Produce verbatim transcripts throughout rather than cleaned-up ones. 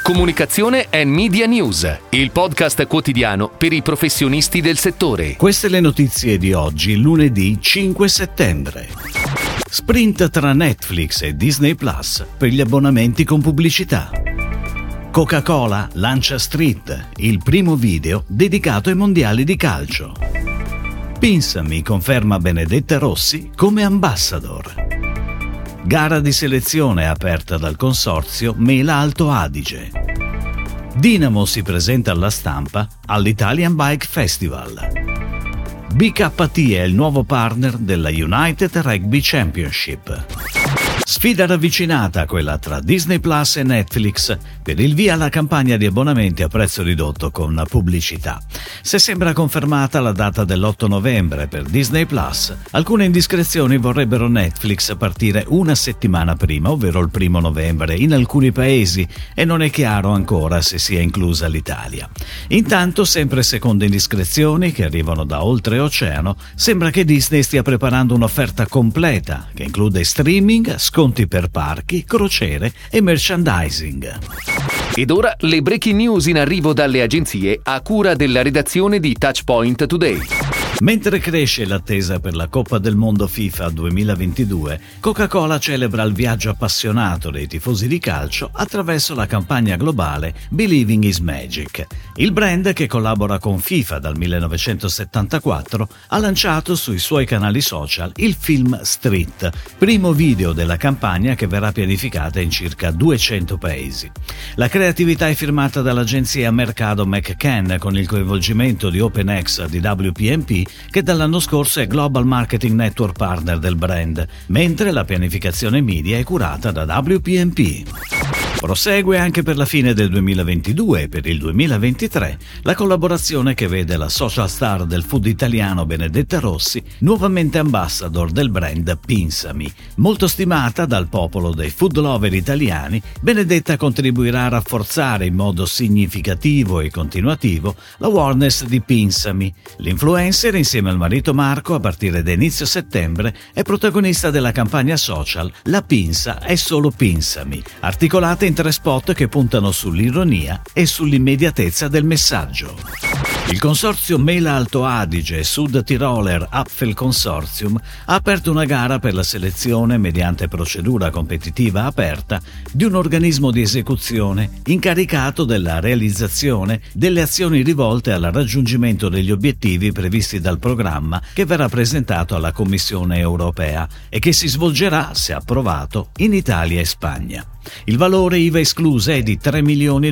Comunicazione and Media News, il podcast quotidiano per i professionisti del settore. Queste le notizie di oggi, lunedì cinque settembre. Sprint tra Netflix e Disney Plus per gli abbonamenti con pubblicità. Coca-Cola lancia Street, il primo video dedicato ai mondiali di calcio. Pinsami conferma Benedetta Rossi come ambassador. Gara di selezione aperta dal consorzio Mela Alto Adige. Dinamo si presenta alla stampa all'Italian Bike Festival. B K T è il nuovo partner della United Rugby Championship. Sfida ravvicinata quella tra Disney Plus e Netflix per il via alla campagna di abbonamenti a prezzo ridotto con pubblicità. Se sembra confermata la data dell'otto novembre per Disney Plus, alcune indiscrezioni vorrebbero Netflix partire una settimana prima, ovvero il primo novembre, in alcuni paesi, e non è chiaro ancora se sia inclusa l'Italia. Intanto, sempre secondo indiscrezioni che arrivano da oltreoceano, sembra che Disney stia preparando un'offerta completa che include streaming, sconti per parchi, crociere e merchandising. Ed ora le breaking news in arrivo dalle agenzie a cura della redazione di Touchpoint Today. Mentre cresce l'attesa per la Coppa del Mondo FIFA duemilaventidue, Coca-Cola celebra il viaggio appassionato dei tifosi di calcio attraverso la campagna globale Believing is Magic. Il brand, che collabora con FIFA dal millenovecentosettantaquattro, ha lanciato sui suoi canali social il film Street, primo video della campagna che verrà pianificata in circa duecento paesi. La creatività è firmata dall'agenzia Mercado McCann con il coinvolgimento di OpenX di W P M P, che dall'anno scorso è Global Marketing Network Partner del brand, mentre la pianificazione media è curata da W P M P. Prosegue anche per la fine del duemilaventidue e per il duemilaventitré la collaborazione che vede la social star del food italiano Benedetta Rossi nuovamente ambassador del brand Pinsami. Molto stimata dal popolo dei food lover italiani, Benedetta contribuirà a rafforzare in modo significativo e continuativo l'awareness di Pinsami. L'influencer, insieme al marito Marco, a partire da inizio settembre è protagonista della campagna social La Pinsa è solo Pinsami, articolata in tre spot che puntano sull'ironia e sull'immediatezza del messaggio. Il consorzio Mela Alto Adige e Sud Tiroler Apfel Consortium ha aperto una gara per la selezione, mediante procedura competitiva aperta, di un organismo di esecuzione incaricato della realizzazione delle azioni rivolte al raggiungimento degli obiettivi previsti dal programma che verrà presentato alla Commissione europea e che si svolgerà, se approvato, in Italia e Spagna. Il valore I V A esclusa è di tre milioni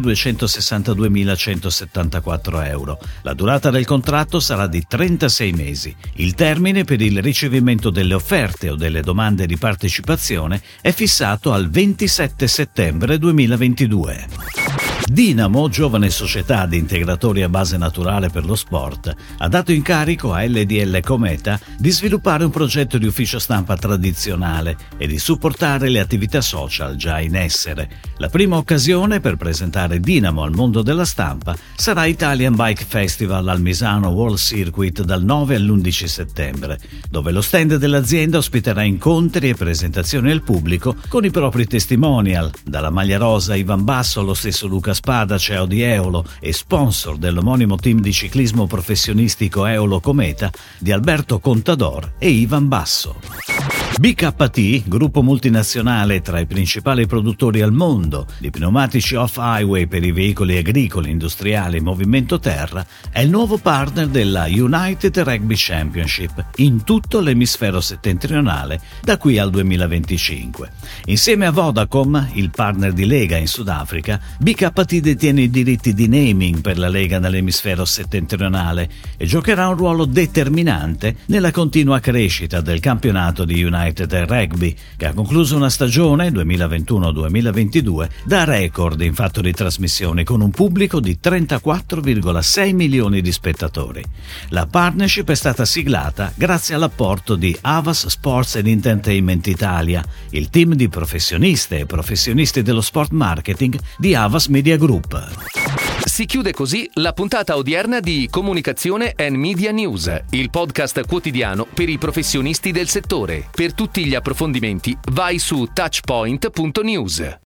duecentosessantaduemilacentosettantaquattro euro. La durata del contratto sarà di trentasei mesi. Il termine per il ricevimento delle offerte o delle domande di partecipazione è fissato al ventisette settembre duemilaventidue. Dinamo, giovane società di integratori a base naturale per lo sport, ha dato incarico a L D L Cometa di sviluppare un progetto di ufficio stampa tradizionale e di supportare le attività social già in essere. La prima occasione per presentare Dinamo al mondo della stampa sarà Italian Bike Festival al Misano World Circuit dal nove all'undici settembre, dove lo stand dell'azienda ospiterà incontri e presentazioni al pubblico con i propri testimonial, dalla maglia rosa Ivan Basso allo stesso Luca Spada, C E O di Eolo e sponsor dell'omonimo team di ciclismo professionistico Eolo Cometa, di Alberto Contador e Ivan Basso. B K T, gruppo multinazionale tra i principali produttori al mondo di pneumatici off-highway per i veicoli agricoli, industriali e movimento terra, è il nuovo partner della United Rugby Championship in tutto l'emisfero settentrionale da qui al duemilaventicinque. Insieme a Vodacom, il partner di Lega in Sudafrica, B K T detiene i diritti di naming per la Lega nell'emisfero settentrionale e giocherà un ruolo determinante nella continua crescita del campionato di United Rugby, che ha concluso una stagione duemilaventuno duemilaventidue da record in fatto di trasmissioni, con un pubblico di trentaquattro virgola sei milioni di spettatori. La partnership è stata siglata grazie all'apporto di Havas Sports and Entertainment Italia, il team di professioniste e professionisti dello sport marketing di Havas Media Group. Si chiude così la puntata odierna di Comunicazione and Media News, il podcast quotidiano per i professionisti del settore. Per tutti gli approfondimenti vai su touchpoint punto news.